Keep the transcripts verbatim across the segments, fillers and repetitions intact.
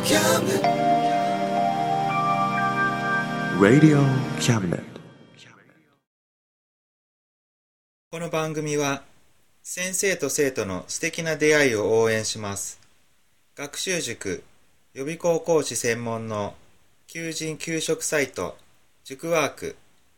Radio Cabinet。 この番組は先生と生徒の素敵な出会いを応援します。学習塾予備校講師専門の求人・求職サイト塾ワーク。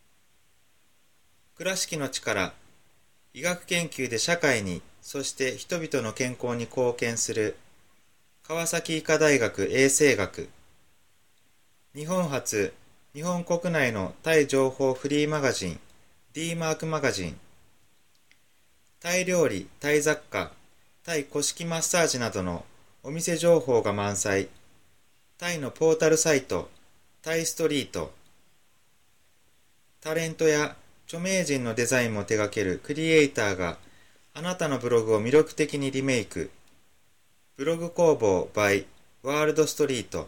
倉敷の力、医学研究で社会に、そして人々の健康に貢献する川崎医科大学衛生学。日本初、日本国内のタイ情報フリーマガジン D マークマガジン。タイ料理、タイ雑貨、タイ古式マッサージなどのお店情報が満載。タイのポータルサイト、タイストリート。タレントや著名人のデザインも手掛けるクリエイターがあなたのブログを魅力的にリメイク。ブログ工房 by ワールドストリート。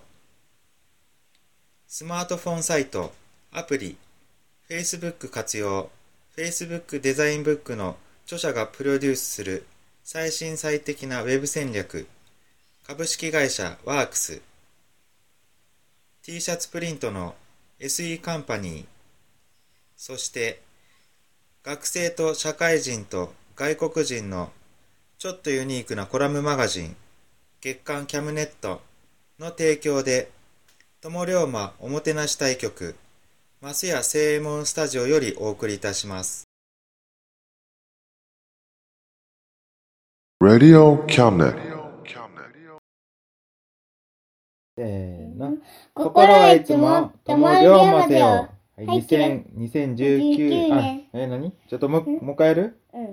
スマートフォンサイト、アプリ、Facebook 活用、Facebook デザインブックの著者がプロデュースする最新最適なウェブ戦略。株式会社ワークス。T シャツプリントの エスイー カンパニー。そして学生と社会人と外国人のちょっとユニークなコラムマガジン月刊キャムネットの提供で友龍馬おもてなし対局増屋正右衛門スタジオよりお送りいたします。 Radio Cabinet。 せーの。 心はいつも友龍馬せよ。 はい、にせんにせんじゅうきゅう、あ、え、なにちょっとも、もう一回やる？ うん。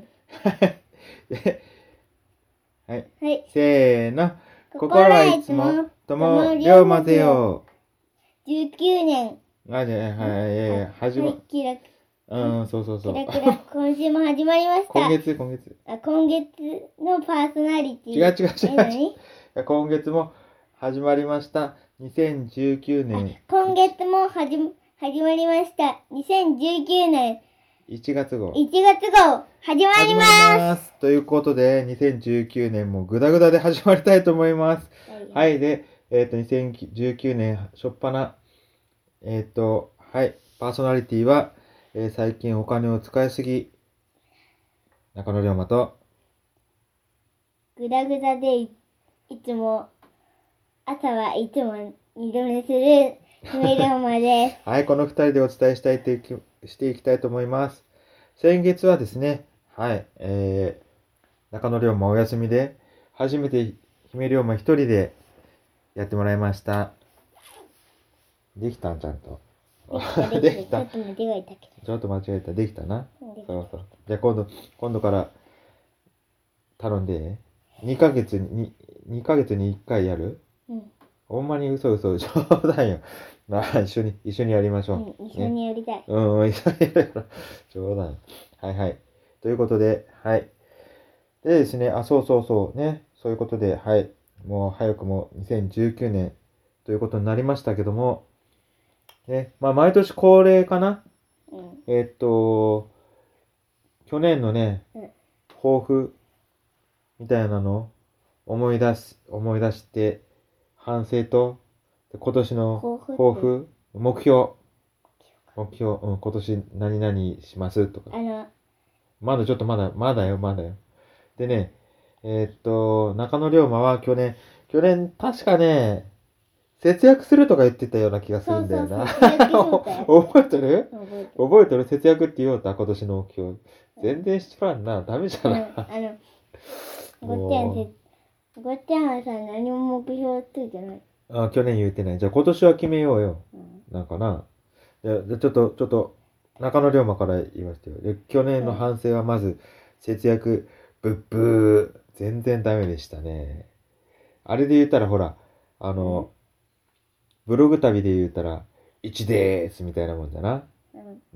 はい。 はい。 せーの。心はいつも友龍馬せよ。 じゅうきゅうねん。 あ、じゃあ、はい、いやいや、始ま、 はい、キラうん、そうそうそう。 キラキラ、今週も始まりました。 今月、今月。 あ、今月のパーソナリティ。 違う違う違う。 え、何？ 今月も始まりました。にせんじゅうきゅうねん。 今月も始ま、始まりました。にせんじゅうきゅうねん。 いちがつ号。 いちがつ号、始まります。 始まります。ということで、にせんじゅうきゅうねんもグダグダで始まりたいと思います。はい。はい、で、えっと、にせんじゅうきゅうねん初っ端、えっと、はい。パーソナリティは、えー、最近お金を使いすぎ、中野龍馬と、 グダグダでい、いつも、朝はいつも二度寝する、姫龍馬です。 はい、この二人でお伝えしたいといきしていきたいと思います。先月はですね、はい、えー、中野龍馬お休みで、初めて姫龍馬一人でやってもらいました。できたんちゃんと。 できた。ちょっと間違えたけど。 ちょっと間違えた。できたな。 できた。 そうそう。じゃあ今度、今度から頼んで、にかげつに、にかげつにいっかいやる？ うん。 ほんまに嘘嘘、冗談よ。まあ、一緒に、一緒にやりましょう。 うん、一緒にやりたい。 ね、うん、一緒にやるよ。冗談。はいはい。ということで、はい。でですね、あ、そうそうそう、ね。そういうことで、はい。もう早くもにせんじゅうきゅうねんということになりましたけども、ね。まあ、毎年恒例かな。 うん。 えー、っと、去年のね、 うん、 抱負みたいなのを思い出す、思い出して、反省と、今年の抱負、目標、目標、うん、今年何々しますとか。 あの、 まだちょっとまだ、まだよ、まだよ。でね、えー、っと、中野龍馬は去年、去年確かね、節約するとか言ってたような気がするんだよな。覚えてる？覚えてる？節約って言おうた、今年の目標。全然知らんな、ダメじゃない。 あの、ごっちゃんせ、ごっちゃんはさ、何も目標ついてない。 あ、去年言ってない。じゃあ今年は決めようよ。うん、なんかな。じゃあちょっと、ちょっと、中野龍馬から言わせてよ。で、去年の反省はまず、節約、ブッブー。全然ダメでしたね。あれで言ったらほら、あの、ブログ旅で言ったら、いちでーすみたいなもんだな。うん、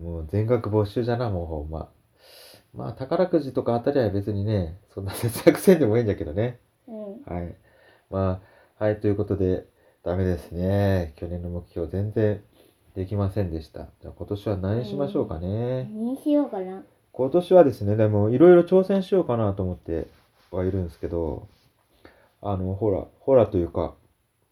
もう全額没収じゃな、もうほんま。まあ、宝くじとか当たりは別にね、そんな節約せんでもいいんだけどね。うん、はい。まあ、はい、ということで、ダメですね。去年の目標全然できませんでした。じゃあ今年は何しましょうかね。 うん、何しようかな。 今年はですね、でもいろいろ挑戦しようかなと思ってはいるんですけど、あの、ほら、ほらというか、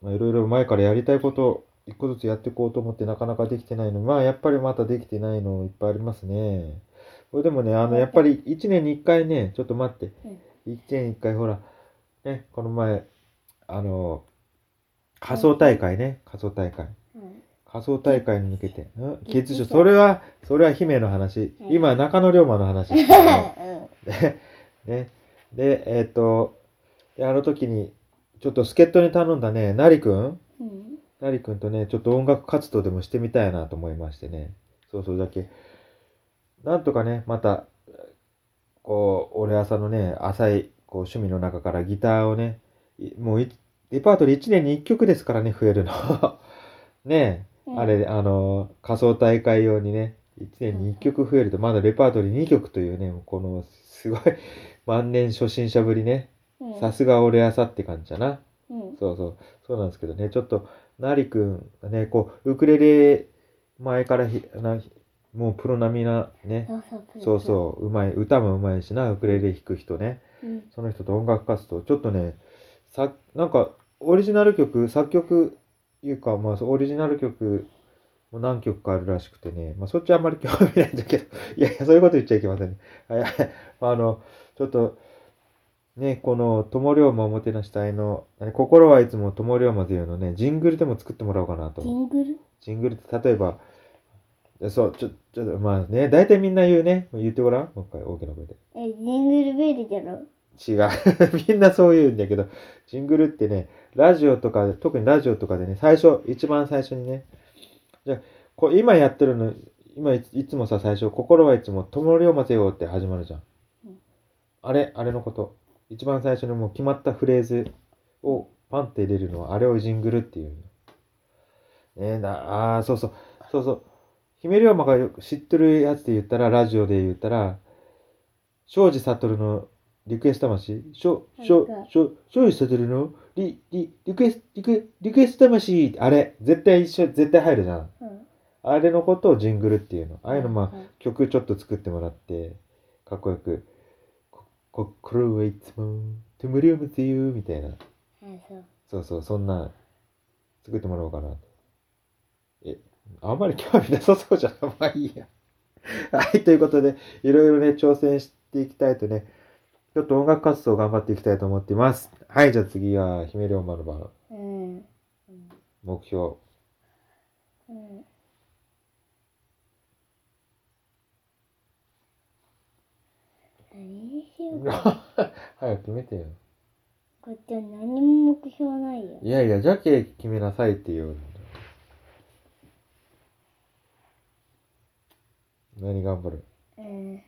まあいろいろ前からやりたいこと一個ずつやっていこうと思ってなかなかできてないの。まあやっぱりまたできてないのいっぱいありますね。これでもね、あの、やっぱりいちねんにいっかいね、ちょっと待って。いちねんにいっかいほら、ね、この前、あの、仮想大会ね、仮想大会。 うん仮想大会に向けて。んキッズショー。それは、それは姫の話。今、中野龍馬の話してるね。で、ね。で、えっと、で、あの時に、ちょっと助っ人に頼んだね、なりくんうんなりくんとね、ちょっと音楽活動でもしてみたいなと思いましてね。そうそうだけ。なんとかね、また、こう、俺朝のね、浅い、こう、趣味の中からギターをね、いもうい、レパートリーいちねんにいっきょくですからね、増えるの。ねえ、 うんあれ、あの、仮想大会用にね、いちねんにいっきょく増えると、まだレパートリーにきょくというね、この、すごい、万年初心者ぶりね。 うんさすが俺朝って感じだな。 うんそうそう。そうなんですけどね、ちょっと、なりくんがね、こう、ウクレレ、前からひ、なもうプロ並みな、ね。 そうそうそうそう、うまい、歌もうまいしな、ウクレレ弾く人ね。 うんその人と音楽活動、ちょっとね、さ、なんか、オリジナル曲、作曲、いうか、まあ、そうオリジナル曲も何曲かあるらしくてね、まあ、そっちはあんまり興味ないんだけど、いやいや、そういうこと言っちゃいけませんね。はいはい。まあ、あの、ちょっと、ね、この、友龍馬おもてなし隊の、あれ心はいつも友龍馬というのね、ジングルでも作ってもらおうかなと。 ジングルジングルって、例えば、そう、ちょ、ちょっと、まあね、大体みんな言うね。言ってごらん。もう一回、大きな声で。 え、ジングルベルだろ違う。みんなそう言うんだけど、ジングルってね、ラジオとか、特にラジオとかでね、最初、一番最初にね、じゃあこう今やってるの、今いついつもさ、最初、心はいつも、友龍馬ぜよって始まるじゃん。 うんあれ、あれのこと。一番最初にもう決まったフレーズをパンって入れるのは、あれをジングルっていうの。ねえな、ああ、そうそう、そうそう。姫龍馬がよく知ってるやつで言ったら、ラジオで言ったら、庄司悟のリクエスト魂しょ、しょ、しょ、庄司悟のリ、リ、リクエスト、リク、リクエスト魂あれ、絶対一緒、絶対入るじゃん。 うんあれのことをジングルっていうの。ああいうの、まあ、 うん曲ちょっと作ってもらって、かっこよく、こ、心はいつも、トゥムリウムっていう、みたいな。 あそうそうそう、そんな、作ってもらおうかなと。え、あんまり興味なさそうじゃん。まあいいや。はい、ということで、いろいろね、挑戦していきたいとね、ちょっと音楽活動を頑張っていきたいと思っています。はい、じゃあ次は、姫龍馬の番、 うん目標。 うん何にしようか早く決めてよ。 こっちは何も目標ないよいやいや、じゃけ決めなさいっていう。何頑張る？ うん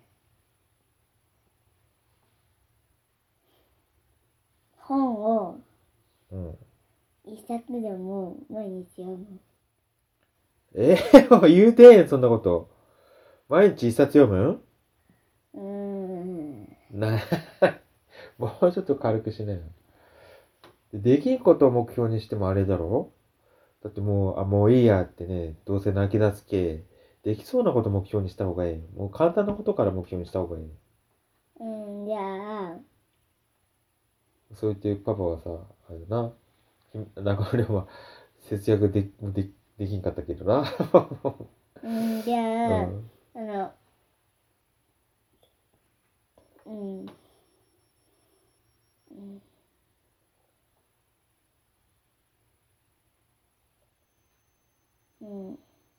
本をうん。 一冊でも毎日読むえー、もう言うてん、そんなこと。毎日一冊読む？ うーんな、もうちょっと軽くしなよ。できんことを目標にしてもあれだろ？だってもう、あ、もういいやってね、どうせ泣き出すけ、できそうなこと目標にした方がいい。もう簡単なことから目標にした方がいい。 うんじゃあそう言ってパパはさ、あれだな、ひ中村は節約ででできんかったけどな。 うんじゃうあ、 ん。 あのうんうんうん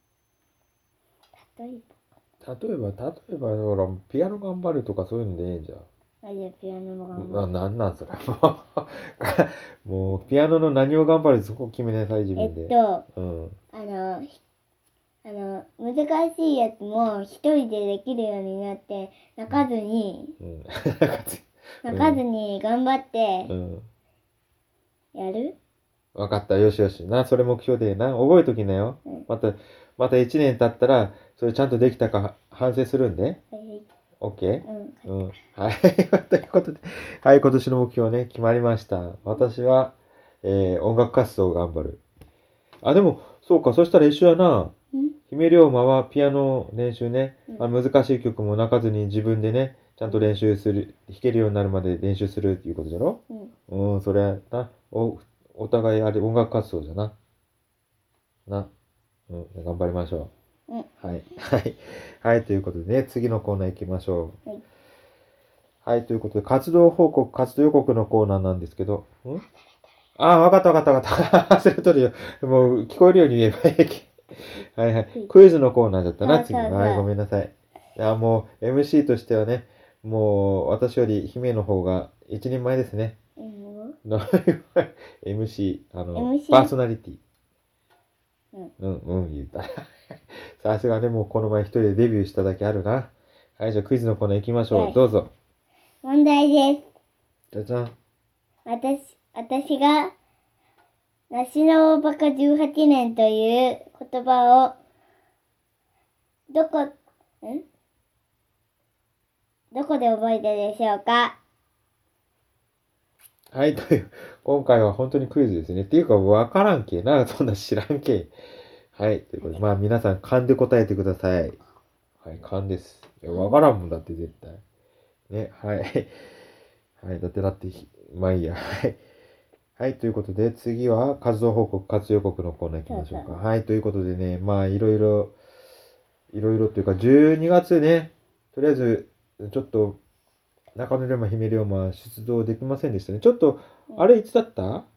例え例えば、例えば、ほら、ピアノ頑張るとかそういうのでええんじゃん。 ばあじゃあピアノも頑な、 張るなんなんそれ。もう、ピアノの何を頑張るそこ決めなさい、自え分で。 っとうん。 あのひあの難しいやつも一人でできるようになって泣かずにうん。 泣かずに頑張ってうん。 やる、 わかった。よしよし。な、それ目標でな。覚えときなよ。 うんまた、また一年経ったら、それちゃんとできたか反省するんで。 はいオッケうんーうん。はい。ということで、はい、今年の目標ね、決まりました。私は、えー、音楽活動を頑張る。あ、でも、そうか。そしたら一緒やな。 うん姫龍馬はピアノ練習ね、 うんまあ、難しい曲も泣かずに自分でね、ちゃんと練習する、弾けるようになるまで練習するっていうことだろ？ うんうん、それな、お、 お互いあれ音楽活動じゃな。な。うん、頑張りましょうん。 う。はい。はい。はい、ということでね、次のコーナー行きましょう。 はい。 はい、ということで、活動報告、活動予告のコーナーなんですけど、んああ、わかったわかったわかった。忘れとるよ。もう、聞こえるように言えばいい。はいはい。クイズのコーナーだったな、次。 そうそうそうはい、ごめんなさい。いや、もう、エムシー としてはね、もう、私より姫の方が一人前ですね。 うんエムシー、あの、 エムシーパーソナリティ。 うん。 うん、うん、言った。さすがね、もうこの前一人でデビューしただけあるな。はい、じゃあクイズのコーナー行きましょう。 はいどうぞ。 問題です。 じゃじゃん。 私、私が、梨のバカじゅうはちねんという言葉を、どこ、んどこで覚えたでしょうか？ はい、という、今回は本当にクイズですね。っていうか、わからんけ。な、そんな知らんけ。はい、ということで、まあ皆さん勘で答えてください。はい、勘です。いや、わからんもんだって絶対。ね、はい。はい、だってだって、まあいいや。はい。はい、ということで、次は活動報告、活動予告のコーナー行きましょうか。 そうはい、ということでね、まあいろいろ、いろいろというか、じゅうにがつね、とりあえず、ちょっと、中野龍馬、姫龍馬、出動できませんでしたね。ちょっと、あれいつだったん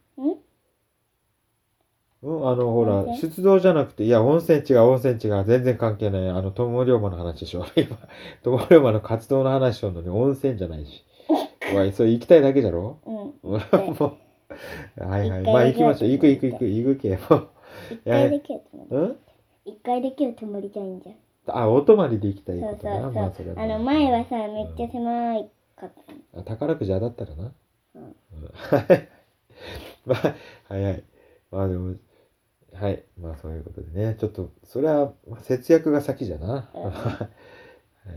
うん、あの、ほら温、泉出動じゃなくて、いや、温泉地が温泉地が全然関係ない。あの、友龍馬の話でしょ。今、友龍馬の活動の話しようのに温泉じゃないし。お前、それ行きたいだけじゃろうん。 もう、はいはい。 一回まあ行きましょう。行くだけ行く行く、行くけ。もう一回だけは泊まりうん一回だけは泊まりたいんじゃん。 あ、お泊まりで行きたいそうことな。まあ、 そうそう。 それはあの、前はさ、めっちゃ狭いかったの。 あ宝くじ当たったらな。 うんうんはい。まあ、はいはい。まあでも、はい。まあそういうことでね。ちょっと、それはまあ節約が先じゃな。 うんはい、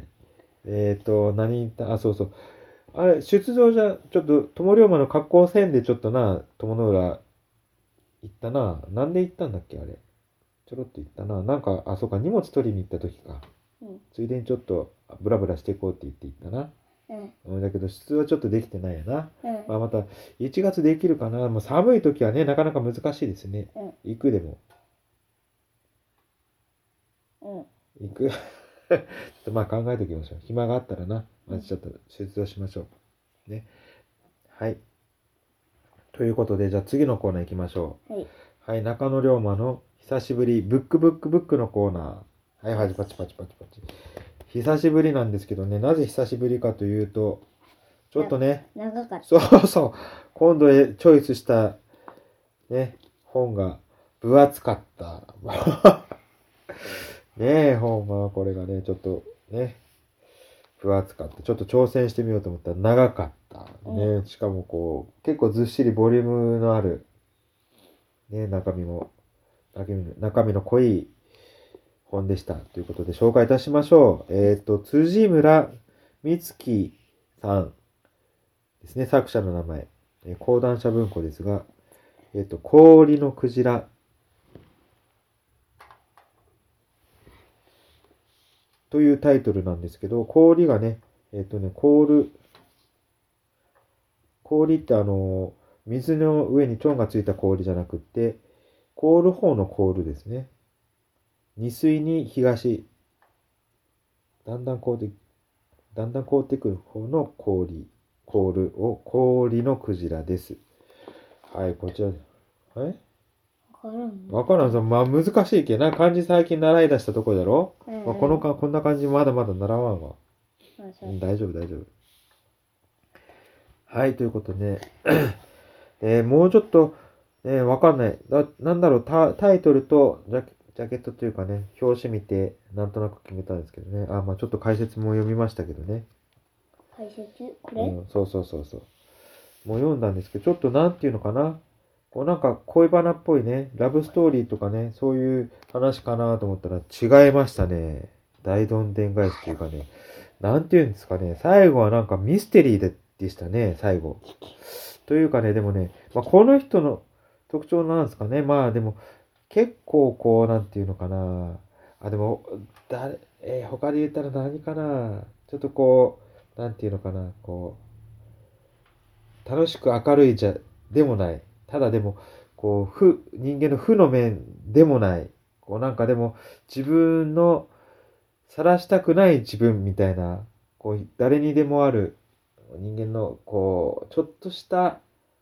えっ、と、何言った、あ、そうそう。あれ、出場じゃ、ちょっと、友龍馬の格好線でちょっとな、友の浦行ったな。なんで行ったんだっけ、あれ。ちょろっと行ったな。なんか、あ、そうか、荷物取りに行った時か。 うん。 ついでにちょっと、ブラブラしていこうって言って行ったな。 うん。 うん、だけど、出場はちょっとできてないやな。 うん。 まあ、また、いちがつできるかな。もう寒い時はね、なかなか難しいですね。 うん。 行くでも。 うん。 行く。ちょっとまあ考えておきましょう。暇があったらな。まずちょっと出場しましょう。ね。はい。ということで、じゃあ次のコーナー行きましょはい。 う。はい、中野龍馬の久しぶり、ブックブックブックのコーナー。はいはい、パチパチパチパチ。久しぶりなんですけどね、なぜ久しぶりかというと、ちょっとね、 長かった。 そうそう、今度へチョイスした、ね、本が分厚かった。ねえ、本はこれがね、ちょっとね、分厚かった。ちょっと挑戦してみようと思ったら長かった。ね、 うしかもこう、結構ずっしりボリュームのある、ね、中身も、中身の中身の濃い本でした。ということで紹介いたしましょう。えっ、と、辻村美月さんですね、作者の名前。えー講談社文庫ですが、えっ、と、氷のクジラというタイトルなんですけど、氷がね、えっ、とね、凍る、氷ってあの、水の上にチョンがついた氷じゃなくって、凍る方の凍るですね。二水に東、だんだん凍って、だんだん凍ってくる方の氷、凍るを氷のクジラです。はい、こちら。えわからん。 わからんぞ。まあ難しいけどな。漢字最近習い出したとこだろ、 うんうんまあ、このか、こんな感じまだまだ習わんわ。 そうそうう。 ん、大丈夫、大丈夫。はい、ということで、えーもうちょっと、えーわかんない。だなんだろうタ、タイトルとジャケジャケットというかね、表紙見て、なんとなく決めたんですけどね。あ、まあちょっと解説も読みましたけどね。 解説これ、 うん、そうそうそうそう。もう読んだんですけど、ちょっとなんていうのかな。こうなんか恋バナっぽいね、ラブストーリーとかね、そういう話かなと思ったら違いましたね。大どんでん返しというかね、なんていうんですかね、最後はなんかミステリーででしたね、最後。というかね、でもね、まあ、この人の特徴なんですかね、まあでも結構こう、なんていうのかな。あ、でも、誰、えー他で言ったら何かな。ちょっとこう、なんていうのかな、こう、楽しく明るいじゃ、でもない。 ただでもこう負人間の負の面でもない、こうなんかでも自分の晒したくない自分みたいな、こう誰にでもある人間のこうちょっとした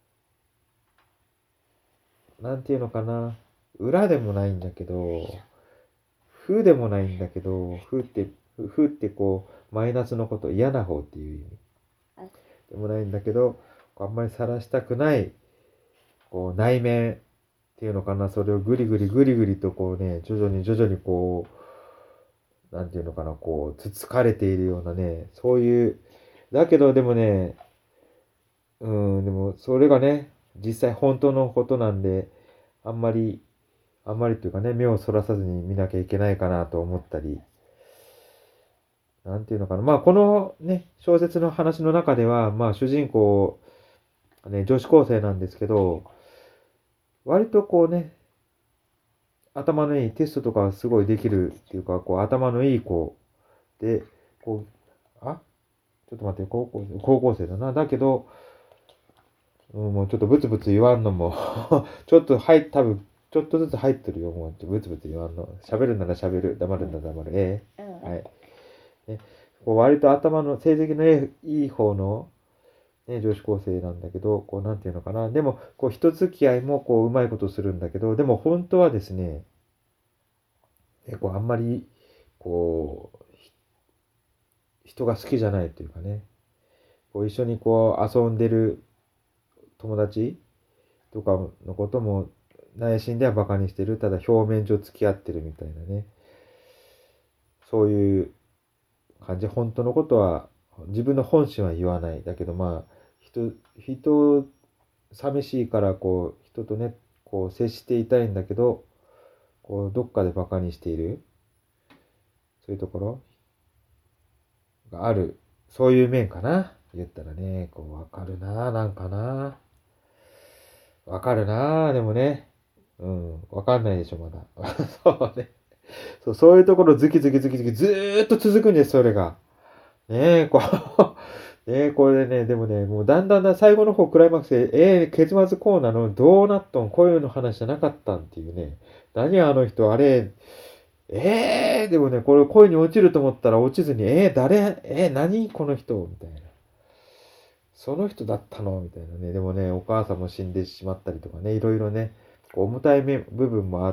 なんていうのかな、裏でもないんだけど、負でもないんだけど、負って負ってこうマイナスのこと、嫌な方っていう意味でもないんだけど、あんまり晒したくないこう内面っていうのかな、それをぐりぐりぐりぐりとこうね、徐々に徐々にこうなんていうのかな、こうつつかれているようなね、そういう、だけどでもね、うんでもそれがね実際本当のことなんで、あんまりあんまりというかね、目をそらさずに見なきゃいけないかなと思ったり、なんていうのかな、まあこのね小説の話の中では、まあ主人公ね女子高生なんですけど、割とこうね頭のいい、テストとかすごいできるっていうか、こう頭のいい子で、こうあちょっと待って、高校生高校生だな、だけど、うん、もうちょっとブツブツ言わんのもちょっとはい多分ちょっとずつ入ってるよ、もうブツブツ言わんの、喋るなら喋る、黙るなら黙る、ええ、 うんはい、ね、こう割と頭の成績のいい方の、ね、女子高生なんだけど、こうなんていうのかな、でもこう人付き合いもこううまいことするんだけど、でも本当はですね、えこうあんまりこうひ人が好きじゃないというかね、こう一緒にこう遊んでる友達とかのことも内心ではバカにしてる、ただ表面上付き合ってるみたいなね、そういう感じ。本当のことは自分の本心は言わない。だけどまあ人人寂しいからこう人とねこう接していたいんだけど、こうどっかでバカにしている、そういうところがある、そういう面かな、言ったらね、こうわかるな、なんかな、わかるな、でもね、うん、わかんないでしょまだそうね、そう、そういうところズキズキズキズキずーっと続くんです、それが。ねえ、こう、ねえ、これね、でもね、もうだんだんだん最後の方、クライマックスで、えー、結末こうなのどうなっとん、こういうの話じゃなかったんっていうね。何あの人、あれ、えー、でもね、これ恋に落ちると思ったら落ちずに、えー、誰、えー、何この人みたいな。その人だったのみたいなね。でもね、お母さんも死んでしまったりとかね、いろいろね、こう重たい部分もあって、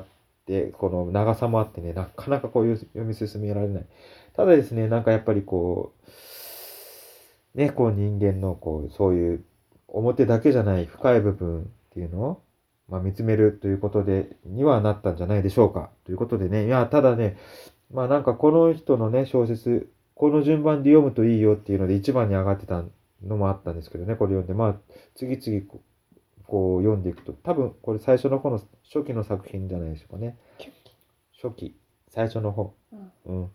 この長さもあってね、なかなかこういう読み進められない。ただですね、なんかやっぱりこう、ね、こう人間のこう、そういう表だけじゃない深い部分っていうのを、まあ、見つめるということで、にはなったんじゃないでしょうか。ということでね、いや、ただね、まあなんかこの人のね、小説、この順番で読むといいよっていうので一番に上がってたのもあったんですけどね、これ読んで、まあ、次々こう、こう読んでいくと、多分これ最初の方の初期の作品じゃないでしょうかね。初期、最初の方。うん。うん、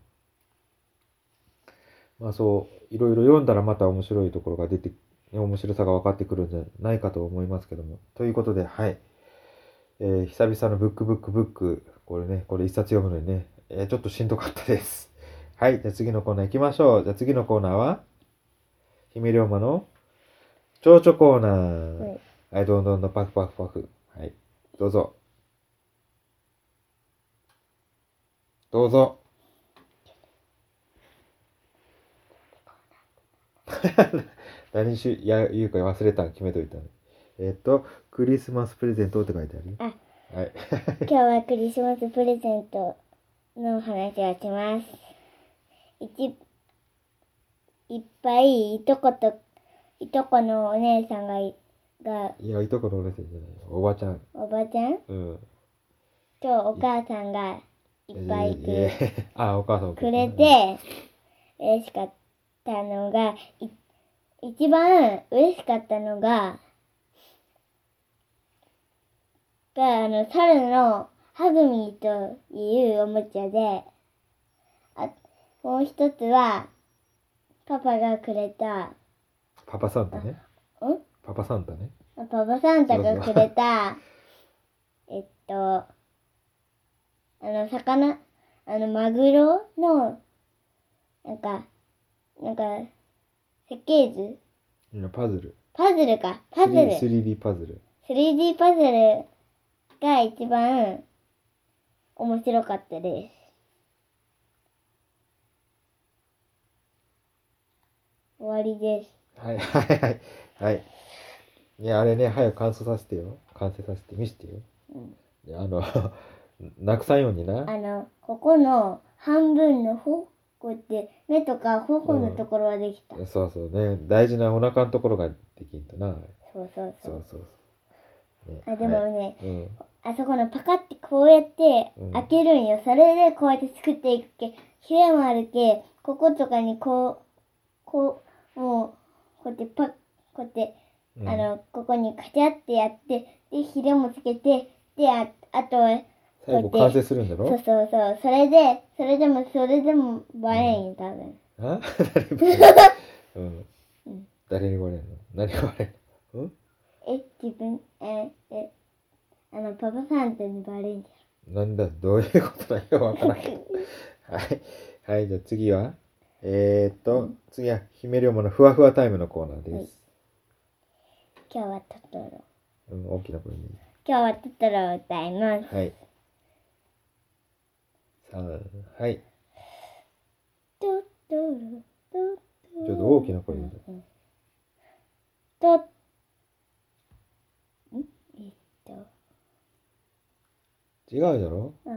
まあそう、いろいろ読んだらまた面白いところが出て、面白さが分かってくるんじゃないかと思いますけども。ということで、はい。えー、久々のブックブックブック、これね、これ一冊読むのにね、えー、ちょっとしんどかったです。はい、じゃあ次のコーナー行きましょう。じゃあ次のコーナーは、姫龍馬の蝶々コーナー。はい、はい、どんどんどんパフパフパフ。はい、どうぞ。どうぞ。何しや言うか忘れたん決めといたね。えっと、クリスマスプレゼントって書いてある。 あ、 はい。 今日はクリスマスプレゼントの話をします。いいっぱいいとこといとこのお姉さんがいがいや、いとこのお姉さんじゃないよ。おばちゃん。 おばちゃん、 うん。 とお母さんがいっぱいくれ、 えー、あ、お母さんくれて嬉しかったのが、い一番嬉しかったのが、があの猿のハグミーというおもちゃで、あもう一つはパパがくれたパパサンタね。 んパパサンタね。 パパサンタがくれたえっとあの魚あのマグロのなんかなんか設計図、 いやパズル。 パズルかパズルスリーディー パズル。 スリーディー パズルが一番面白かったです。終わりです。 はいはいはいはい。いや、あれね、早く完成させてよ。完成させて見せてよ。 うん、 であのなくさんようにな。 あのここの半分のほこうやって目とか頬のところはできた、 うん、そうそうね、大事なお腹のところができんとな。 そうそうそうそうそうそう、ね、 あでもね、 はい、うん、 あそこのパカってこうやって開けるんよ、うん、それでこうやって作っていくけ、ヒレもあるけ、こことかにこうこうもうこうやってパッこうやって、うん、あのここにカチャってやってでヒレもつけてで あ, あとは最後完成するんだろ。 そうそうそう。それで、それでも、それでもバレんよ、多分。 あ誰にバレんうん。うん、誰にバレんの何がバレんのうん、 え、自分、え、え、あの、パパさんとにバレんじゃん。なんだ、どういうことだよ、わからんけど。はい。はい、じゃあ次はえーっと、うん、次は、姫龍馬のふわふわタイムのコーナーです。はい、 今日はトトロ。 うん、大きな声に。 今日はトトロを歌います。 はい。はい。 トトロトトロ。 ちょっと大きな声で。 と、んえっと。 違うだろ？うん、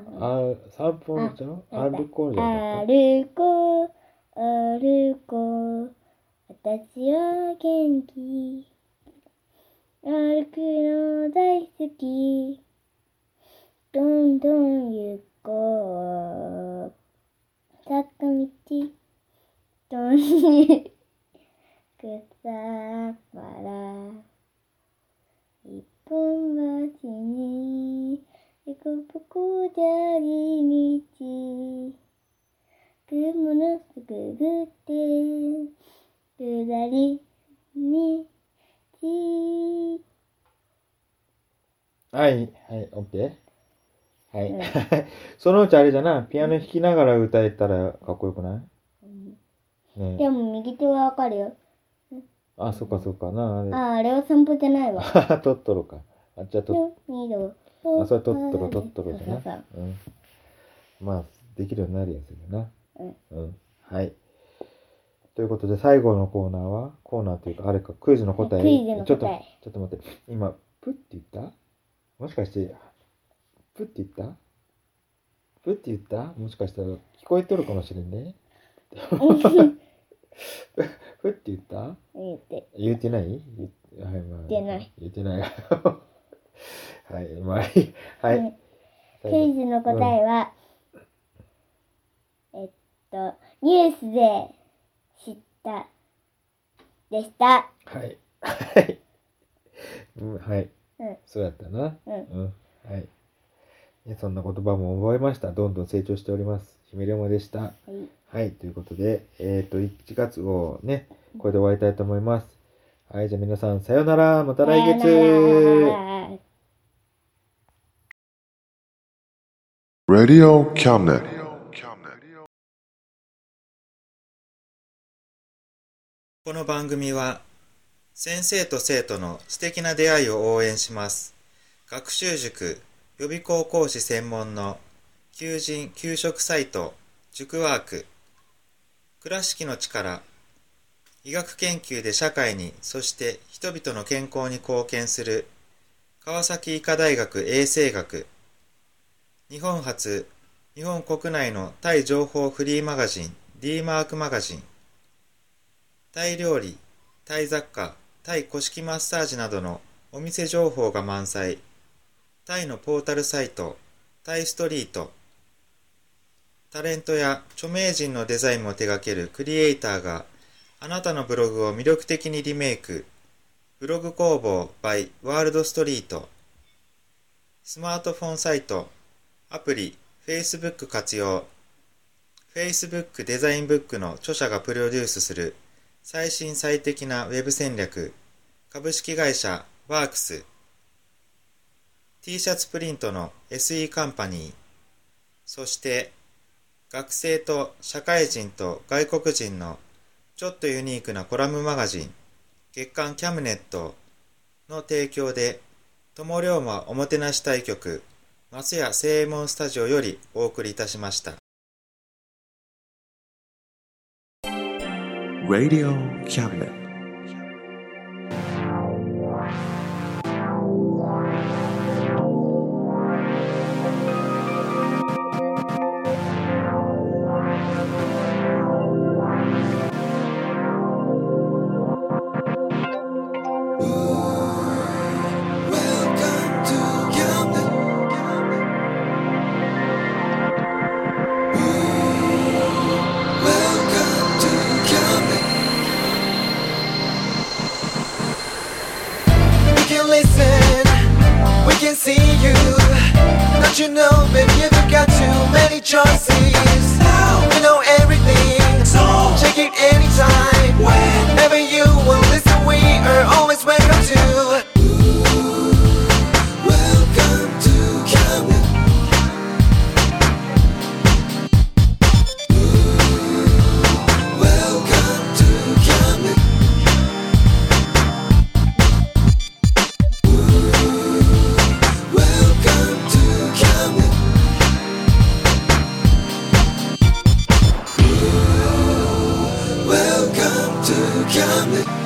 あ、散歩じゃん？歩こうじゃなかった？ 歩こう、歩こう。私は元気。歩くの大好き。どんどん行こう。坂道、とに草原、一本橋に、でこぼこ砂利道、雲のすくぐって、下り道。 はい、はい、オッケー。はい。うん、そのうちあれじゃな、ピアノ弾きながら歌えたらかっこよくない？うん、 ね、でも右手はわかるよ。 あ、そっかそっかな。 あれ、あ、あれは散歩じゃないわ。 トットロか。あ、じゃあトットロ。あ、それトットロ、トットロじゃな。そうそう、うん。まあ、できるようになるやつだな。うん。うん。はい。ということで、最後のコーナーは、コーナーというか、あれか、クイズの答え。 クイズの答え。 ちょっと、ちょっと待って。今、プって言った？もしかして、プって言った？プって言った？もしかしたら聞こえとるかもしれんね。プって言った？ 言って。 言ってない？言って、はい、まあ、 言ってない。 言ってない。はい、まあいい。はい。 クイズの答えは、うん、えっと、ニュースで知ったでした。 はい。はい。うん、はい。うん、そうやったな。うん。うん。はい。そんな言葉も覚えました。どんどん成長しております。姫龍馬でした。はい。はい。ということで、えっと、いちがつ号ね、これで終わりたいと思います。はい。じゃあ皆さん、さよなら。また来月。 Radio Cabinet。 この番組は、先生と生徒の素敵な出会いを応援します。学習塾予備校講師専門の求人・給食サイト塾ワーク、倉敷の力、医学研究で社会に、そして人々の健康に貢献する川崎医科大学衛生学、日本初、日本国内のタイ情報フリーマガジン D マークマガジン、タイ料理、タイ雑貨、タイ古式マッサージなどのお店情報が満載、タイのポータルサイト、タイストリート、タレントや著名人のデザインも手掛けるクリエイターがあなたのブログを魅力的にリメイク、ブログ工房 by ワールドストリート、スマートフォンサイト、アプリ、Facebook 活用、Facebook デザインブックの著者がプロデュースする最新最適なウェブ戦略、株式会社ワークス、T シャツプリントの エスイー カンパニー、そして学生と社会人と外国人のちょっとユニークなコラムマガジン、月刊キャムネットの提供で友龍馬おもてなし対局、松屋正右衛門スタジオよりお送りいたしました。 Radio Cabinet. Don't you know, baby, you've got too many choices. Now we know everything, so check it anytime. Whenever you will listen, we are always welcome to. Welcome to Camden. Welcome to Camden. Welcome to Camden. Welcome to Camden.